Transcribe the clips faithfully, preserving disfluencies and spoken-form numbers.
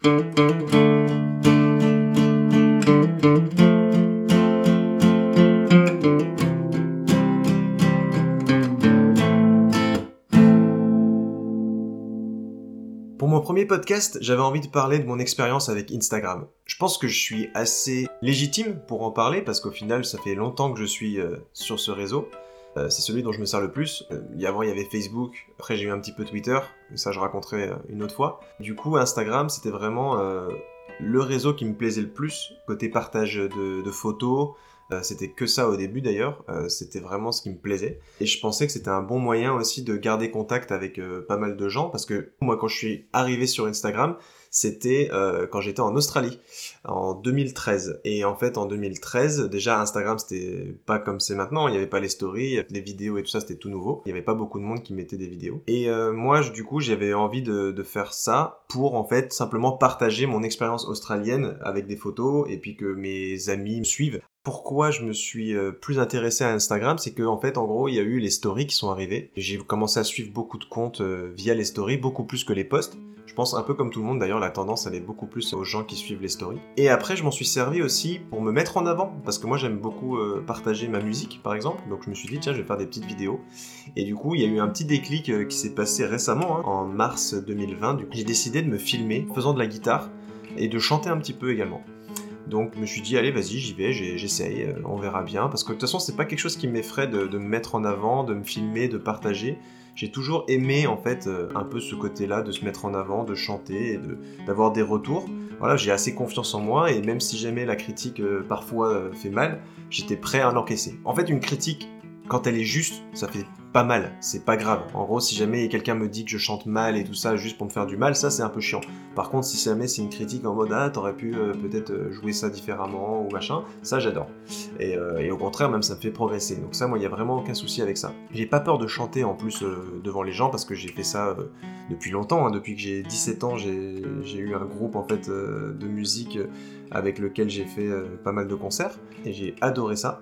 Pour mon premier podcast, j'avais envie de parler de mon expérience avec Instagram. Je pense que je suis assez légitime pour en parler parce qu'au final, ça fait longtemps que je suis euh, sur ce réseau. Euh, c'est celui dont je me sers le plus. Euh, avant, il y avait Facebook. Après, j'ai eu un petit peu Twitter. Mais ça, je raconterai euh, une autre fois. Du coup, Instagram, c'était vraiment euh, le réseau qui me plaisait le plus. Côté partage de, de photos. Euh, c'était que ça au début d'ailleurs, euh, c'était vraiment ce qui me plaisait. Et je pensais que c'était un bon moyen aussi de garder contact avec euh, pas mal de gens, parce que moi quand je suis arrivé sur Instagram, c'était euh, quand j'étais en Australie, en deux mille treize. Et en fait en deux mille treize, déjà Instagram c'était pas comme c'est maintenant, il n'y avait pas les stories, les vidéos et tout ça, c'était tout nouveau. Il n'y avait pas beaucoup de monde qui mettait des vidéos. Et euh, moi du coup j'avais envie de, de faire ça pour en fait simplement partager mon expérience australienne avec des photos et puis que mes amis me suivent. Pourquoi je me suis euh, plus intéressé à Instagram, c'est que en fait, en gros, il y a eu les stories qui sont arrivées. J'ai commencé à suivre beaucoup de comptes euh, via les stories, beaucoup plus que les posts. Je pense un peu comme tout le monde, d'ailleurs, la tendance, elle est beaucoup plus aux gens qui suivent les stories. Et après, je m'en suis servi aussi pour me mettre en avant, parce que moi, j'aime beaucoup euh, partager ma musique, par exemple. Donc, je me suis dit, tiens, je vais faire des petites vidéos. Et du coup, il y a eu un petit déclic euh, qui s'est passé récemment, hein, en mars deux mille vingt. Du coup, j'ai décidé de me filmer faisant de la guitare et de chanter un petit peu également. Donc je me suis dit, allez, vas-y, j'y vais, j'essaye, euh, on verra bien. Parce que de toute façon, c'est pas quelque chose qui m'effraie de, de me mettre en avant, de me filmer, de partager. J'ai toujours aimé, en fait, euh, un peu ce côté-là, de se mettre en avant, de chanter, et de, d'avoir des retours. Voilà, j'ai assez confiance en moi, et même si jamais la critique, euh, parfois, euh, fait mal, j'étais prêt à l'encaisser. En fait, une critique, quand elle est juste, ça fait pas mal, c'est pas grave. En gros, si jamais quelqu'un me dit que je chante mal et tout ça juste pour me faire du mal, ça c'est un peu chiant. Par contre, si jamais c'est une critique en mode ah t'aurais pu euh, peut-être euh, jouer ça différemment ou machin, ça j'adore. Et, euh, et au contraire, même ça me fait progresser. Donc ça, moi, il y a vraiment aucun souci avec ça. J'ai pas peur de chanter en plus euh, devant les gens parce que j'ai fait ça euh, depuis longtemps. Hein. Depuis que j'ai dix-sept ans, j'ai, j'ai eu un groupe en fait euh, de musique euh, avec lequel j'ai fait euh, pas mal de concerts et j'ai adoré ça.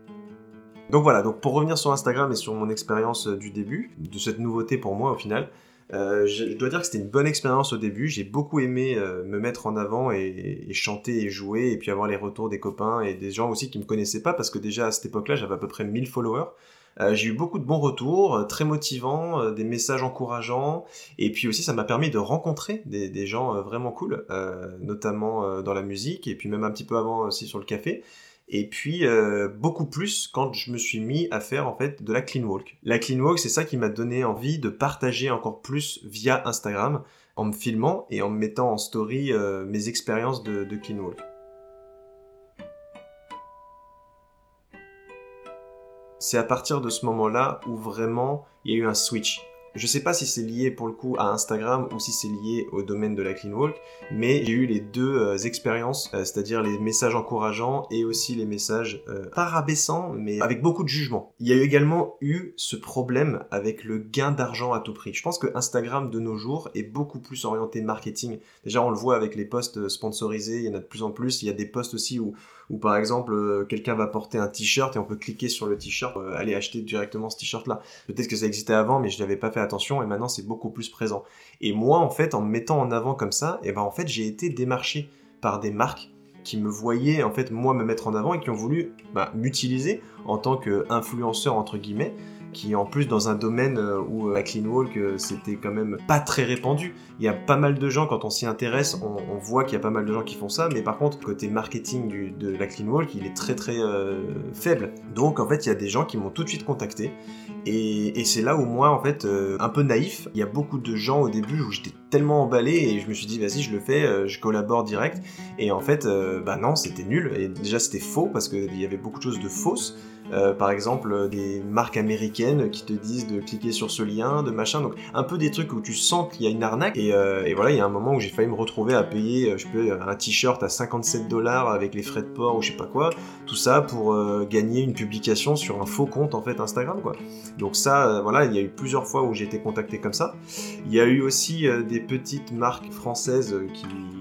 Donc voilà, donc pour revenir sur Instagram et sur mon expérience du début, de cette nouveauté pour moi au final, euh, je dois dire que c'était une bonne expérience au début, j'ai beaucoup aimé euh, me mettre en avant et, et chanter et jouer et puis avoir les retours des copains et des gens aussi qui me connaissaient pas parce que déjà à cette époque-là j'avais à peu près mille followers. Euh, j'ai eu beaucoup de bons retours, euh, très motivants, euh, des messages encourageants et puis aussi ça m'a permis de rencontrer des, des gens euh, vraiment cool, euh, notamment euh, dans la musique et puis même un petit peu avant aussi sur le café. Et puis euh, beaucoup plus quand je me suis mis à faire en fait de la clean walk. La clean walk, c'est ça qui m'a donné envie de partager encore plus via Instagram en me filmant et en me mettant en story euh, mes expériences de, de clean walk. C'est à partir de ce moment-là où vraiment il y a eu un switch. Je sais pas si c'est lié pour le coup à Instagram ou si c'est lié au domaine de la clean walk, mais j'ai eu les deux euh, expériences, euh, c'est-à-dire les messages encourageants et aussi les messages euh, pas rabaissants, mais avec beaucoup de jugement. Il y a eu également eu ce problème avec le gain d'argent à tout prix. Je pense que Instagram de nos jours est beaucoup plus orienté marketing. Déjà on le voit avec les posts sponsorisés, il y en a de plus en plus. Il y a des posts aussi où, où par exemple euh, quelqu'un va porter un t-shirt et on peut cliquer sur le t-shirt, euh, aller acheter directement ce t-shirt-là. Peut-être que ça existait avant, mais je n'avais pas fait attention et maintenant c'est beaucoup plus présent. Et moi en fait en me mettant en avant comme ça, et ben en fait j'ai été démarché par des marques qui me voyaient en fait moi me mettre en avant et qui ont voulu bah, m'utiliser en tant qu'influenceur entre guillemets, qui en plus dans un domaine où la clean walk c'était quand même pas très répandu. Il y a pas mal de gens, quand on s'y intéresse, on, on voit qu'il y a pas mal de gens qui font ça, mais par contre côté marketing du, de la clean walk il est très très euh, faible. Donc en fait il y a des gens qui m'ont tout de suite contacté et, et c'est là où moi en fait euh, un peu naïf, il y a beaucoup de gens au début où j'étais tellement emballé et je me suis dit vas-y je le fais, euh, je collabore direct et en fait euh, bah non c'était nul et déjà c'était faux parce qu'il y avait beaucoup de choses de fausses. Euh, par exemple des marques américaines qui te disent de cliquer sur ce lien, de machin, donc un peu des trucs où tu sens qu'il y a une arnaque et, euh, et voilà il y a un moment où j'ai failli me retrouver à payer je peux, un t-shirt à cinquante-sept dollars avec les frais de port ou je sais pas quoi, tout ça pour euh, gagner une publication sur un faux compte en fait Instagram quoi. Donc ça euh, voilà il y a eu plusieurs fois où j'ai été contacté comme ça. Il y a eu aussi euh, des petites marques françaises qui,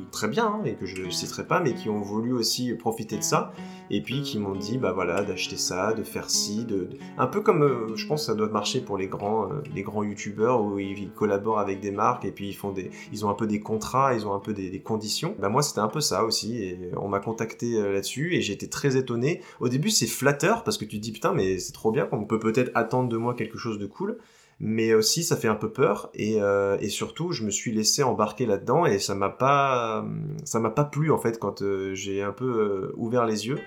très bien, hein, et que je ne citerai pas, mais qui ont voulu aussi profiter de ça, et puis qui m'ont dit, bah voilà, d'acheter ça, de faire ci, de, de... un peu comme, euh, je pense que ça doit marcher pour les grands, euh, les grands youtubeurs, où ils, ils collaborent avec des marques, et puis ils font des, ils ont un peu des contrats, ils ont un peu des, des conditions. Bah moi c'était un peu ça aussi, et on m'a contacté euh, là-dessus, et j'ai été très étonné. Au début c'est flatteur, parce que tu te dis, putain, mais c'est trop bien, on peut peut-être attendre de moi quelque chose de cool, mais aussi ça fait un peu peur, et, euh, et surtout je me suis laissé embarquer là-dedans, et ça m'a pas ça m'a pas plu en fait quand euh, j'ai un peu euh, ouvert les yeux.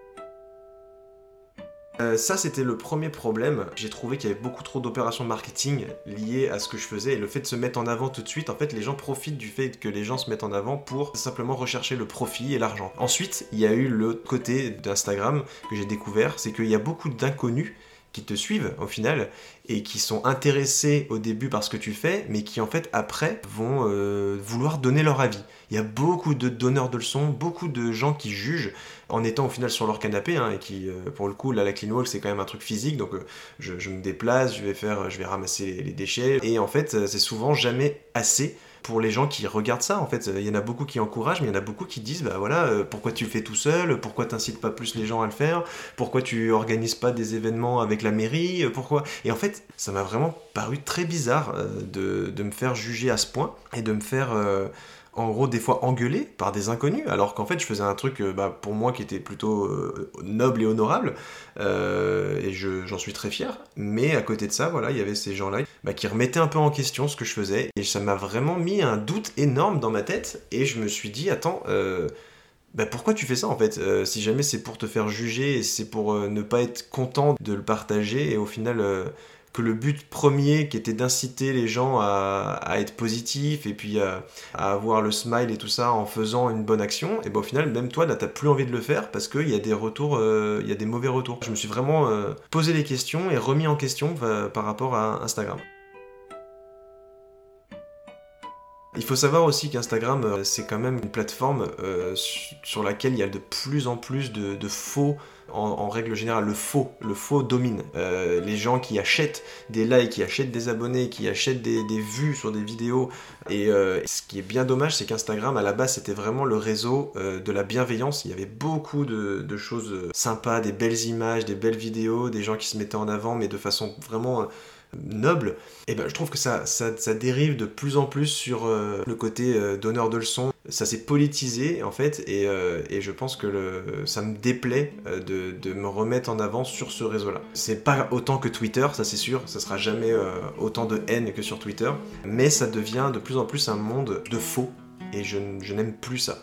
Euh, ça c'était le premier problème, j'ai trouvé qu'il y avait beaucoup trop d'opérations marketing liées à ce que je faisais, et le fait de se mettre en avant tout de suite, en fait les gens profitent du fait que les gens se mettent en avant pour simplement rechercher le profit et l'argent. Ensuite il y a eu le côté d'Instagram que j'ai découvert, c'est qu'il y a beaucoup d'inconnus qui te suivent au final et qui sont intéressés au début par ce que tu fais, mais qui en fait après vont euh, vouloir donner leur avis. Il y a beaucoup de donneurs de leçons, beaucoup de gens qui jugent en étant au final sur leur canapé, hein, et qui euh, pour le coup là la clean walk c'est quand même un truc physique, donc euh, je, je me déplace, je vais faire, je vais ramasser les, les déchets, et en fait c'est souvent jamais assez pour les gens qui regardent ça. En fait il y en a beaucoup qui encouragent, mais il y en a beaucoup qui disent bah voilà, euh, pourquoi tu le fais tout seul, pourquoi t'incites pas plus les gens à le faire, pourquoi tu organises pas des événements avec la mairie, pourquoi. Et en fait ça m'a vraiment paru très bizarre euh, de, de me faire juger à ce point, et de me faire euh, en gros des fois engueulé par des inconnus, alors qu'en fait je faisais un truc euh, bah, pour moi qui était plutôt euh, noble et honorable, euh, et je, j'en suis très fier, mais à côté de ça voilà il y avait ces gens là bah, qui remettaient un peu en question ce que je faisais, et ça m'a vraiment mis un doute énorme dans ma tête, et je me suis dit attends, euh, bah pourquoi tu fais ça en fait, euh, si jamais c'est pour te faire juger, et c'est pour euh, ne pas être content de le partager, et au final euh, que le but premier qui était d'inciter les gens à, à être positifs, et puis à, à avoir le smile et tout ça en faisant une bonne action, et ben au final même toi là t'as plus envie de le faire parce qu'il y a des retours, euh, il y a des mauvais retours. Je me suis vraiment euh, posé les questions et remis en question euh, par rapport à Instagram. Il faut savoir aussi qu'Instagram, euh, c'est quand même une plateforme euh, sur laquelle il y a de plus en plus de, de faux. En, en règle générale, le faux, le faux domine. Euh, les gens qui achètent des likes, qui achètent des abonnés, qui achètent des, des vues sur des vidéos. Et euh, ce qui est bien dommage, c'est qu'Instagram, à la base, c'était vraiment le réseau euh, de la bienveillance. Il y avait beaucoup de, de choses sympas, des belles images, des belles vidéos, des gens qui se mettaient en avant, mais de façon vraiment... Euh, noble, et ben je trouve que ça, ça, ça dérive de plus en plus sur euh, le côté euh, donneur de leçons. Ça s'est politisé en fait, et, euh, et je pense que le, ça me déplaît euh, de, de me remettre en avant sur ce réseau-là. C'est pas autant que Twitter, ça c'est sûr, ça sera jamais euh, autant de haine que sur Twitter, mais ça devient de plus en plus un monde de faux, et je, je n'aime plus ça.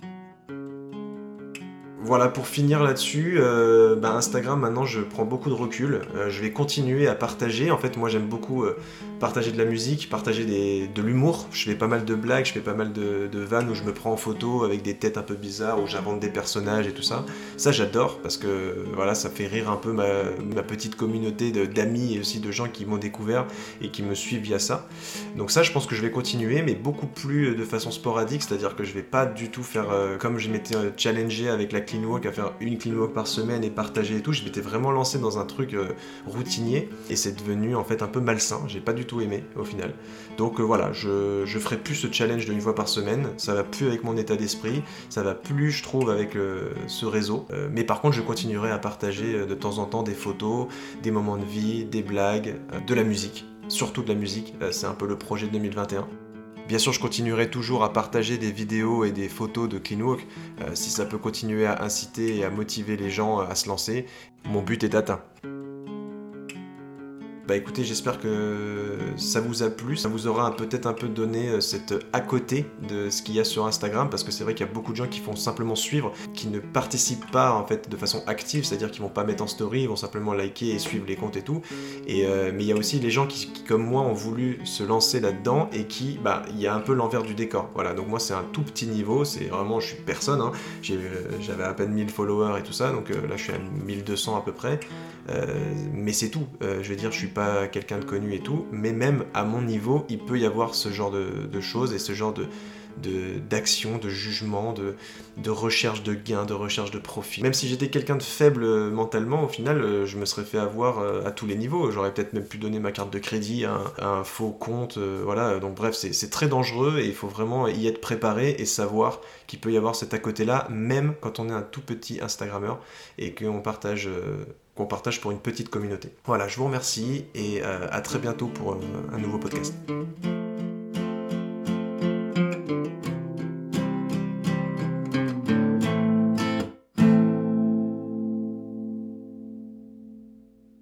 Voilà, pour finir là-dessus, euh, bah Instagram, maintenant, je prends beaucoup de recul. Euh, je vais continuer à partager. En fait, moi, j'aime beaucoup euh, partager de la musique, partager des, de l'humour. Je fais pas mal de blagues, je fais pas mal de, de vannes où je me prends en photo avec des têtes un peu bizarres, où j'invente des personnages et tout ça. Ça, j'adore, parce que voilà, ça fait rire un peu ma, ma petite communauté de, d'amis et aussi de gens qui m'ont découvert et qui me suivent via ça. Donc ça, je pense que je vais continuer, mais beaucoup plus de façon sporadique, c'est-à-dire que je vais pas du tout faire euh, comme je m'étais euh, challengé avec la clean walk, à faire une clean walk par semaine et partager et tout. Je m'étais vraiment lancé dans un truc euh, routinier, et c'est devenu en fait un peu malsain. J'ai pas du tout aimé au final. Donc euh, voilà, je, je ferai plus ce challenge d'une fois par semaine. Ça va plus avec mon état d'esprit, ça va plus, je trouve, avec euh, ce réseau. Euh, mais par contre, je continuerai à partager euh, de temps en temps des photos, des moments de vie, des blagues, euh, de la musique. Surtout de la musique, euh, c'est un peu le projet de deux mille vingt et un. Bien sûr, je continuerai toujours à partager des vidéos et des photos de clean walk, euh, si ça peut continuer à inciter et à motiver les gens à se lancer. Mon but est atteint. Bah écoutez, j'espère que ça vous a plu, ça vous aura peut-être un peu donné cette à côté de ce qu'il y a sur Instagram, parce que c'est vrai qu'il y a beaucoup de gens qui font simplement suivre, qui ne participent pas en fait de façon active, c'est-à-dire qu'ils vont pas mettre en story, ils vont simplement liker et suivre les comptes et tout. Et euh, mais il y a aussi les gens qui, qui comme moi ont voulu se lancer là-dedans, et qui, bah il y a un peu l'envers du décor. Voilà, donc moi c'est un tout petit niveau, c'est vraiment, je suis personne, hein. J'ai, euh, j'avais à peine mille followers et tout ça, donc euh, là je suis à mille deux cents à peu près. Euh, mais c'est tout, euh, je veux dire, je suis pas quelqu'un de connu et tout, mais même à mon niveau, il peut y avoir ce genre de, de choses et ce genre de, de, d'action, de jugement, de, de recherche de gains, de recherche de profit. Même si j'étais quelqu'un de faible mentalement, au final, je me serais fait avoir à tous les niveaux. J'aurais peut-être même pu donner ma carte de crédit à un, à un faux compte, euh, voilà. Donc bref, c'est, c'est très dangereux et il faut vraiment y être préparé et savoir qu'il peut y avoir cet à côté-là, même quand on est un tout petit Instagrammeur et qu'on partage... Euh, qu'on partage pour une petite communauté. Voilà, je vous remercie et euh, à très bientôt pour euh, un nouveau podcast.